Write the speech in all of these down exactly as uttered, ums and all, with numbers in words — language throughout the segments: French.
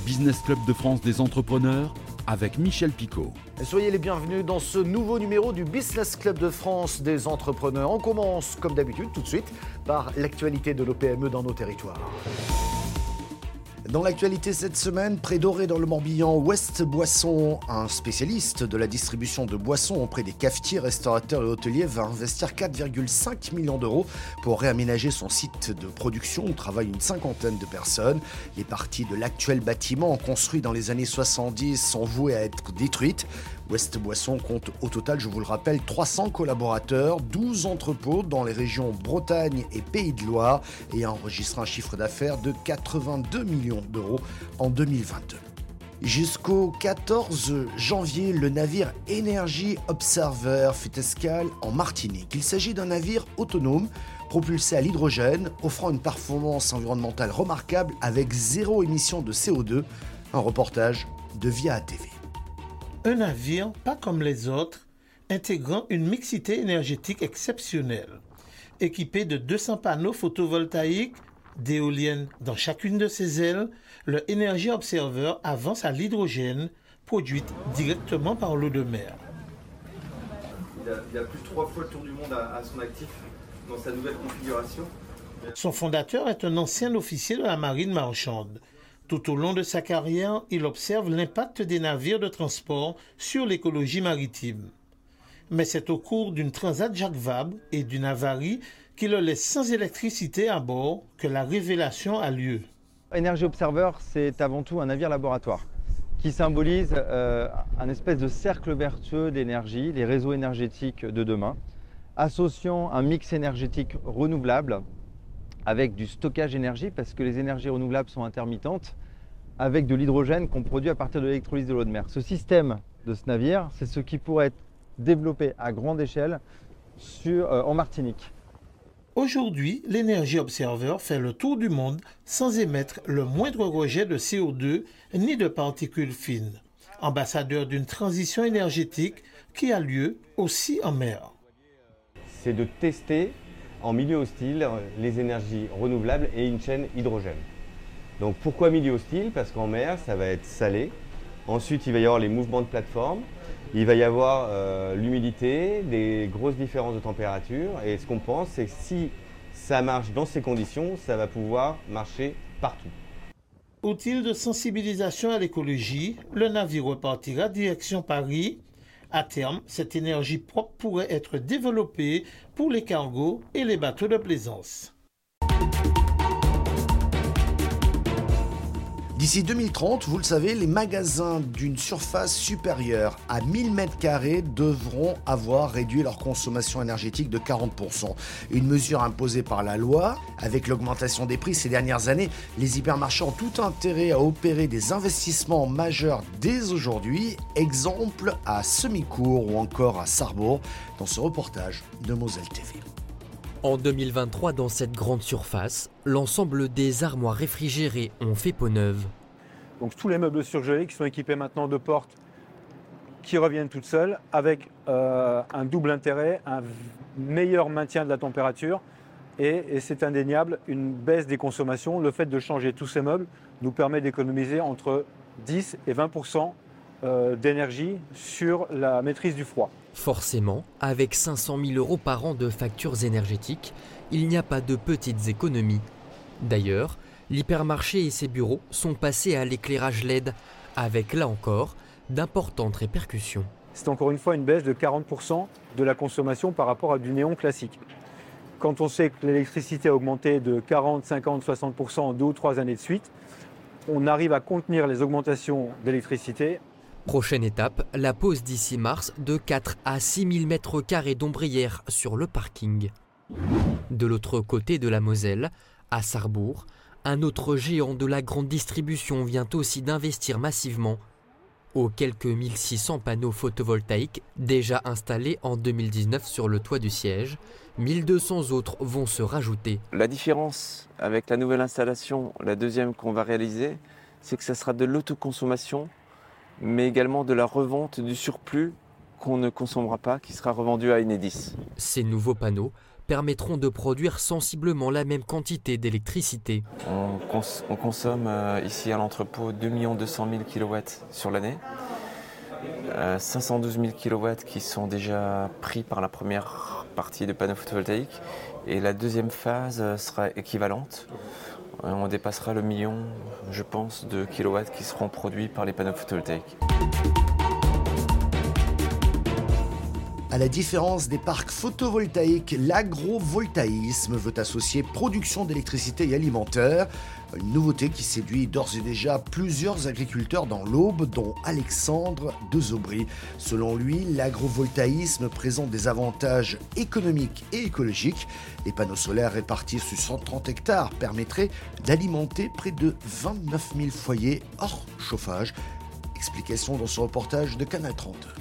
Business Club de France des entrepreneurs avec Michel Picot. Soyez les bienvenus dans ce nouveau numéro du Business Club de France des entrepreneurs. On commence comme d'habitude tout de suite par l'actualité de nos P M E dans nos territoires. Dans l'actualité cette semaine, près d'Auray dans le Morbihan, West Boisson, un spécialiste de la distribution de boissons auprès des cafetiers, restaurateurs et hôteliers, va investir quatre virgule cinq millions d'euros pour réaménager son site de production où travaillent une cinquantaine de personnes. Les parties de l'actuel bâtiment, construit dans les années soixante-dix, sont vouées à être détruites. West Boisson compte au total, je vous le rappelle, trois cents collaborateurs, douze entrepôts dans les régions Bretagne et Pays de Loire et a enregistré un chiffre d'affaires de quatre-vingt-deux millions d'euros en deux mille vingt-deux. Jusqu'au quatorze janvier, le navire Energy Observer fait escale en Martinique. Il s'agit d'un navire autonome propulsé à l'hydrogène, offrant une performance environnementale remarquable avec zéro émission de C O deux. Un reportage de Via A T V. Un navire pas comme les autres, intégrant une mixité énergétique exceptionnelle. Équipé de deux cents panneaux photovoltaïques, d'éoliennes dans chacune de ses ailes, le Energy Observer avance à l'hydrogène, produite directement par l'eau de mer. Il a, il a plus de trois fois le tour du monde à, à son actif dans sa nouvelle configuration. Son fondateur est un ancien officier de la marine marchande. Tout au long de sa carrière, il observe l'impact des navires de transport sur l'écologie maritime. Mais c'est au cours d'une transat Jacques Vabre et d'une avarie qui le laisse sans électricité à bord que la révélation a lieu. Energy Observer, c'est avant tout un navire laboratoire qui symbolise euh, un espèce de cercle vertueux d'énergie, les réseaux énergétiques de demain, associant un mix énergétique renouvelable avec du stockage d'énergie, parce que les énergies renouvelables sont intermittentes, avec de l'hydrogène qu'on produit à partir de l'électrolyse de l'eau de mer. Ce système de ce navire, c'est ce qui pourrait être développé à grande échelle sur, euh, en Martinique. Aujourd'hui, l'Energy Observer fait le tour du monde sans émettre le moindre rejet de C O deux ni de particules fines. Ambassadeur d'une transition énergétique qui a lieu aussi en mer. C'est de tester en milieu hostile les énergies renouvelables et une chaîne hydrogène. Donc pourquoi milieu hostile? Parce qu'en mer, ça va être salé. Ensuite, il va y avoir les mouvements de plateforme. Il va y avoir euh, l'humidité, des grosses différences de température. Et ce qu'on pense, c'est que si ça marche dans ces conditions, ça va pouvoir marcher partout. Outil de sensibilisation à l'écologie, le navire repartira direction Paris. À terme, cette énergie propre pourrait être développée pour les cargos et les bateaux de plaisance. D'ici deux mille trente, vous le savez, les magasins d'une surface supérieure à mille mètres carrés devront avoir réduit leur consommation énergétique de quarante pour cent. Une mesure imposée par la loi. Avec l'augmentation des prix ces dernières années, les hypermarchés ont tout intérêt à opérer des investissements majeurs dès aujourd'hui. Exemple à Semicourt ou encore à Sarrebourg, dans ce reportage de Moselle T V. En deux mille vingt-trois, dans cette grande surface, l'ensemble des armoires réfrigérées ont fait peau neuve. Donc tous les meubles surgelés qui sont équipés maintenant de portes qui reviennent toutes seules avec euh, un double intérêt, un meilleur maintien de la température et, et c'est indéniable, une baisse des consommations. Le fait de changer tous ces meubles nous permet d'économiser entre dix et vingt pour cent euh, d'énergie sur la maîtrise du froid. Forcément, avec cinq cent mille euros par an de factures énergétiques, il n'y a pas de petites économies. D'ailleurs, l'hypermarché et ses bureaux sont passés à l'éclairage L E D, avec là encore d'importantes répercussions. C'est encore une fois une baisse de quarante pour cent de la consommation par rapport à du néon classique. Quand on sait que l'électricité a augmenté de quarante, cinquante, soixante pour cent en deux ou trois années de suite, on arrive à contenir les augmentations d'électricité. Prochaine étape, la pose d'ici mars de quatre à six mille mètres carrés d'ombrières sur le parking. De l'autre côté de la Moselle, à Sarrebourg, un autre géant de la grande distribution vient aussi d'investir massivement. Aux quelques mille six cents panneaux photovoltaïques déjà installés en deux mille dix-neuf sur le toit du siège, mille deux cents autres vont se rajouter. La différence avec la nouvelle installation, la deuxième qu'on va réaliser, c'est que ça sera de l'autoconsommation, mais également de la revente du surplus qu'on ne consommera pas, qui sera revendu à Enedis. Ces nouveaux panneaux permettront de produire sensiblement la même quantité d'électricité. On, cons on consomme euh, ici à l'entrepôt deux millions deux cent mille kilowatts sur l'année. Euh, cinq cent douze mille kilowatts qui sont déjà pris par la première partie de panneaux photovoltaïques. Et la deuxième phase sera équivalente. On dépassera le million, je pense, de kilowatts qui seront produits par les panneaux photovoltaïques. À la différence des parcs photovoltaïques, l'agrovoltaïsme veut associer production d'électricité et alimentaire. Une nouveauté qui séduit d'ores et déjà plusieurs agriculteurs dans l'Aube, dont Alexandre Dezobry. Selon lui, l'agrovoltaïsme présente des avantages économiques et écologiques. Les panneaux solaires répartis sur cent trente hectares permettraient d'alimenter près de vingt-neuf mille foyers hors chauffage. Explication dans ce reportage de Canal trente-deux.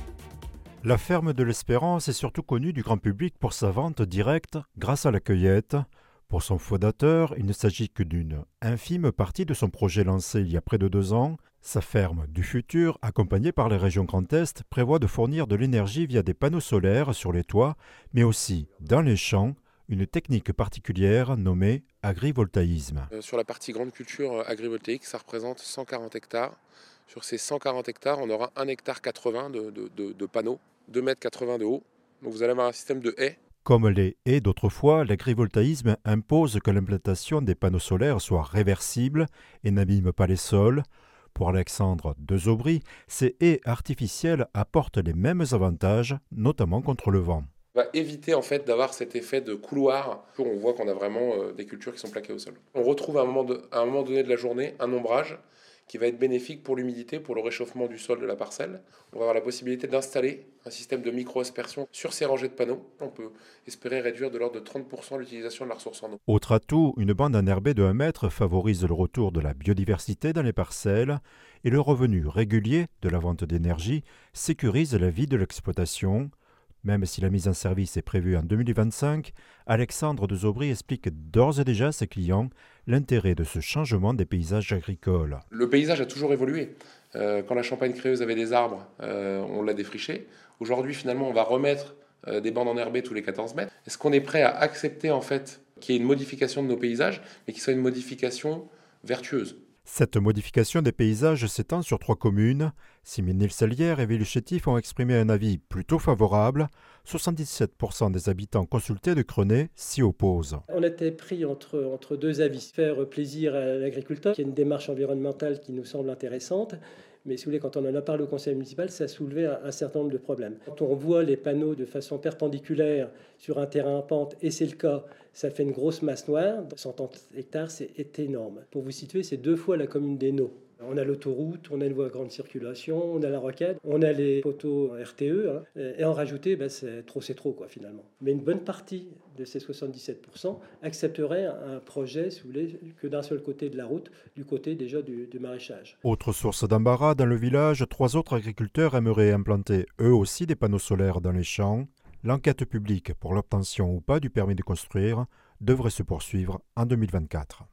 La ferme de l'Espérance est surtout connue du grand public pour sa vente directe grâce à la cueillette. Pour son fondateur, il ne s'agit que d'une infime partie de son projet lancé il y a près de deux ans. Sa ferme du futur, accompagnée par les régions Grand Est, prévoit de fournir de l'énergie via des panneaux solaires sur les toits, mais aussi dans les champs, une technique particulière nommée agrivoltaïsme. Euh, sur la partie grande culture agrivoltaïque, ça représente cent quarante hectares. Sur ces cent quarante hectares, on aura un hectare quatre-vingts de, de, de, de panneaux, deux mètres quatre-vingts de haut. Donc vous allez avoir un système de haies. Comme les haies d'autrefois, l'agrivoltaïsme impose que l'implantation des panneaux solaires soit réversible et n'abîme pas les sols. Pour Alexandre Dezobry, ces haies artificielles apportent les mêmes avantages, notamment contre le vent. On va éviter en fait d'avoir cet effet de couloir. On voit qu'on a vraiment euh, des cultures qui sont plaquées au sol. On retrouve à un moment, de, à un moment donné de la journée un ombrage qui va être bénéfique pour l'humidité, pour le réchauffement du sol de la parcelle. On va avoir la possibilité d'installer un système de micro-aspersion sur ces rangées de panneaux. On peut espérer réduire de l'ordre de trente pour cent l'utilisation de la ressource en eau. Autre atout, une bande enherbée de un mètre favorise le retour de la biodiversité dans les parcelles et le revenu régulier de la vente d'énergie sécurise la vie de l'exploitation. Même si la mise en service est prévue en deux mille vingt-cinq, Alexandre Dezobry explique d'ores et déjà à ses clients l'intérêt de ce changement des paysages agricoles. Le paysage a toujours évolué. Euh, quand la Champagne créeuse avait des arbres, euh, on l'a défriché. Aujourd'hui, finalement, on va remettre euh, des bandes enherbées tous les quatorze mètres. Est-ce qu'on est prêt à accepter en fait qu'il y ait une modification de nos paysages, mais qu'il soit une modification vertueuse ? Cette modification des paysages s'étend sur trois communes. Simmenil-Sellières et Villechétif ont exprimé un avis plutôt favorable. soixante-dix-sept pour cent des habitants consultés de Crenay s'y opposent. On était pris entre, entre deux avis. Faire plaisir à l'agriculteur, qui est une démarche environnementale qui nous semble intéressante. Mais si vous voulez, quand on en a parlé au conseil municipal, ça a soulevé un, un certain nombre de problèmes. Quand on voit les panneaux de façon perpendiculaire sur un terrain en pente, et c'est le cas, ça fait une grosse masse noire. cent trente hectares, c'est énorme. Pour vous situer, c'est deux fois la commune d'Hainaut. On a l'autoroute, on a une voie à grande circulation, on a la roquette, on a les poteaux R T E, hein, et en rajouter, ben c'est trop, c'est trop, quoi, finalement. Mais une bonne partie de ces soixante-dix-sept pour cent accepterait un projet, si vous voulez, que d'un seul côté de la route, du côté déjà du, du maraîchage. Autre source d'embarras, dans le village, trois autres agriculteurs aimeraient implanter eux aussi des panneaux solaires dans les champs. L'enquête publique pour l'obtention ou pas du permis de construire devrait se poursuivre en deux mille vingt-quatre.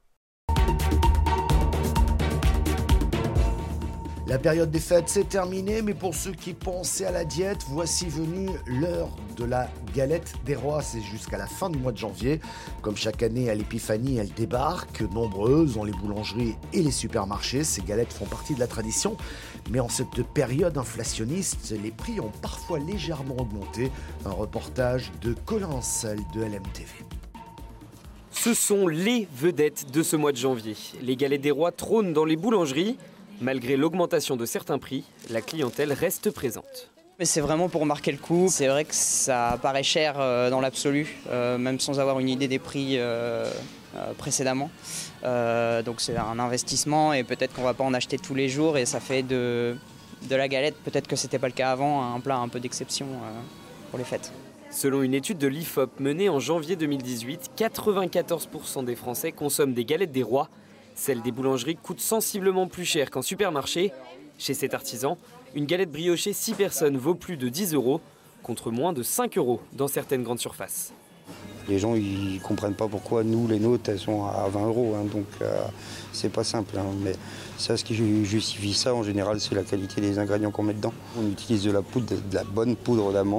La période des fêtes, c'est terminé, mais pour ceux qui pensaient à la diète, voici venue l'heure de la galette des rois. C'est jusqu'à la fin du mois de janvier. Comme chaque année à l'épiphanie, elle débarque, nombreuses dans les boulangeries et les supermarchés. Ces galettes font partie de la tradition, mais en cette période inflationniste, les prix ont parfois légèrement augmenté. Un reportage de Colin Ansel de L M T V. Ce sont les vedettes de ce mois de janvier. Les galettes des rois trônent dans les boulangeries. Malgré l'augmentation de certains prix, la clientèle reste présente. Mais c'est vraiment pour marquer le coup. C'est vrai que ça paraît cher euh, dans l'absolu, euh, même sans avoir une idée des prix euh, euh, précédemment. Euh, donc c'est un investissement et peut-être qu'on ne va pas en acheter tous les jours et ça fait de, de la galette, peut-être que ce n'était pas le cas avant, un plat un peu d'exception euh, pour les fêtes. Selon une étude de l'I F O P menée en janvier deux mille dix-huit, quatre-vingt-quatorze pour cent des Français consomment des galettes des rois. Celles des boulangeries coûtent sensiblement plus cher qu'en supermarché. Chez cet artisan, une galette briochée six personnes vaut plus de dix euros, contre moins de cinq euros dans certaines grandes surfaces. Les gens ne comprennent pas pourquoi nous, les nôtres, elles sont à vingt euros. Hein, donc euh, c'est pas simple. Hein, mais ça, ce qui justifie ça, en général, c'est la qualité des ingrédients qu'on met dedans. On utilise de la poudre, de la bonne poudre d'amande.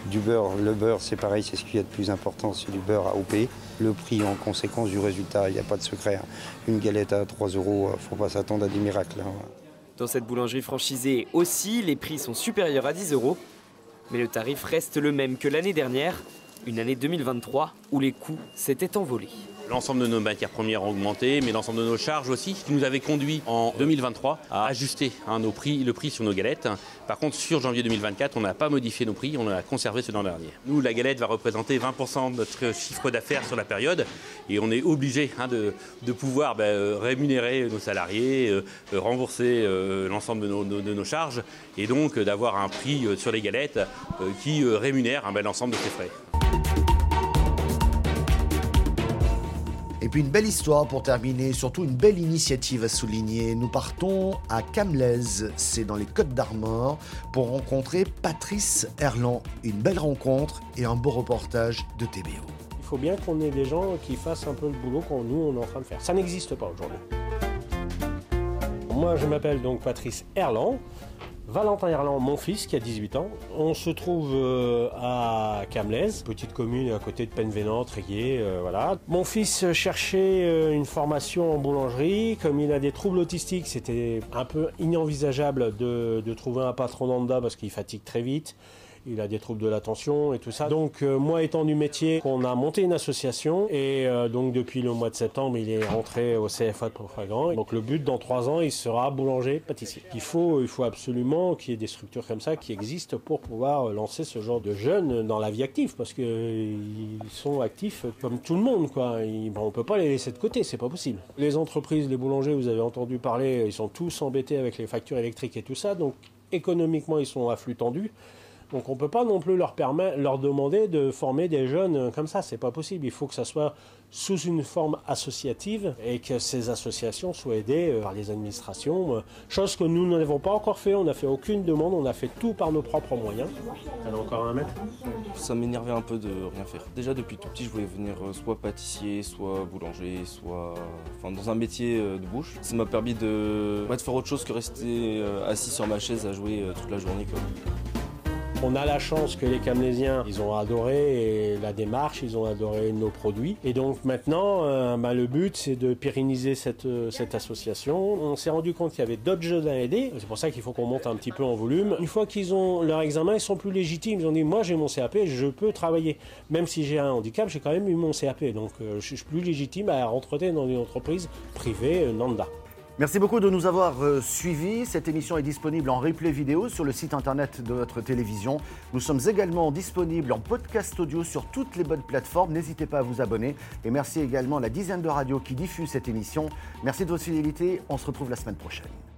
Du beurre, le beurre c'est pareil, c'est ce qu'il y a de plus important, c'est du beurre A O P. Le prix en conséquence du résultat, il n'y a pas de secret. Une galette à trois euros, il ne faut pas s'attendre à des miracles. Dans cette boulangerie franchisée aussi, les prix sont supérieurs à dix euros. Mais le tarif reste le même que l'année dernière, une année deux mille vingt-trois où les coûts s'étaient envolés. L'ensemble de nos matières premières ont augmenté, mais l'ensemble de nos charges aussi, ce qui nous avait conduit en deux mille vingt-trois à ajuster hein, nos prix, le prix sur nos galettes. Par contre, sur janvier deux mille vingt-quatre, on n'a pas modifié nos prix, on a conservé ceux d'an dernier. Nous, la galette va représenter vingt pour cent de notre chiffre d'affaires sur la période et on est obligé hein, de, de pouvoir bah, rémunérer nos salariés, euh, rembourser euh, l'ensemble de nos, de, de nos charges et donc euh, d'avoir un prix euh, sur les galettes euh, qui euh, rémunère hein, bah, l'ensemble de ces frais. Et puis une belle histoire pour terminer, surtout une belle initiative à souligner. Nous partons à Camlez, c'est dans les Côtes-d'Armor, pour rencontrer Patrice Erland. Une belle rencontre et un beau reportage de T B O. Il faut bien qu'on ait des gens qui fassent un peu le boulot qu'on nous on est en train de faire. Ça n'existe pas aujourd'hui. Moi je m'appelle donc Patrice Erland. Valentin Erland, mon fils, qui a dix-huit ans. On se trouve euh, à Camlez, petite commune à côté de Penvenant, Tréguier, euh, voilà. Mon fils cherchait euh, une formation en boulangerie. Comme il a des troubles autistiques, c'était un peu inenvisageable de, de trouver un patron lambda parce qu'il fatigue très vite. Il a des troubles de l'attention et tout ça. Donc euh, moi étant du métier, on a monté une association et euh, donc depuis le mois de septembre, il est rentré au C F A de Ploufragan. Donc le but, dans trois ans, il sera boulanger pâtissier. Il faut, il faut absolument qu'il y ait des structures comme ça qui existent pour pouvoir lancer ce genre de jeunes dans la vie active parce qu'ils sont actifs comme tout le monde, quoi. Ils, bon, on peut pas les laisser de côté, c'est pas possible. Les entreprises, les boulangers, vous avez entendu parler, ils sont tous embêtés avec les factures électriques et tout ça. Donc économiquement, ils sont à flux tendu. Donc on ne peut pas non plus leur, permettre, leur demander de former des jeunes comme ça, c'est pas possible. Il faut que ça soit sous une forme associative et que ces associations soient aidées par les administrations, chose que nous n'avons pas encore fait, on n'a fait aucune demande, on a fait tout par nos propres moyens. Elle a encore un mètre. Ça m'énervait un peu de rien faire. Déjà depuis tout petit, je voulais devenir soit pâtissier, soit boulanger, soit enfin, dans un métier de bouche. Ça m'a permis de, ouais, de faire autre chose que rester assis sur ma chaise à jouer toute la journée, quoi. On a la chance que les Camlésiens, ils ont adoré la démarche, ils ont adoré nos produits. Et donc maintenant, euh, bah, le but, c'est de pérenniser cette, cette association. On s'est rendu compte qu'il y avait d'autres jeunes à aider. C'est pour ça qu'il faut qu'on monte un petit peu en volume. Une fois qu'ils ont leur examen, ils sont plus légitimes. Ils ont dit, moi j'ai mon C A P, je peux travailler. Même si j'ai un handicap, j'ai quand même eu mon C A P. Donc euh, je suis plus légitime à rentrer dans une entreprise privée euh, lambda. Merci beaucoup de nous avoir euh, suivis. Cette émission est disponible en replay vidéo sur le site internet de votre télévision. Nous sommes également disponibles en podcast audio sur toutes les bonnes plateformes. N'hésitez pas à vous abonner. Et merci également à la dizaine de radios qui diffusent cette émission. Merci de votre fidélité. On se retrouve la semaine prochaine.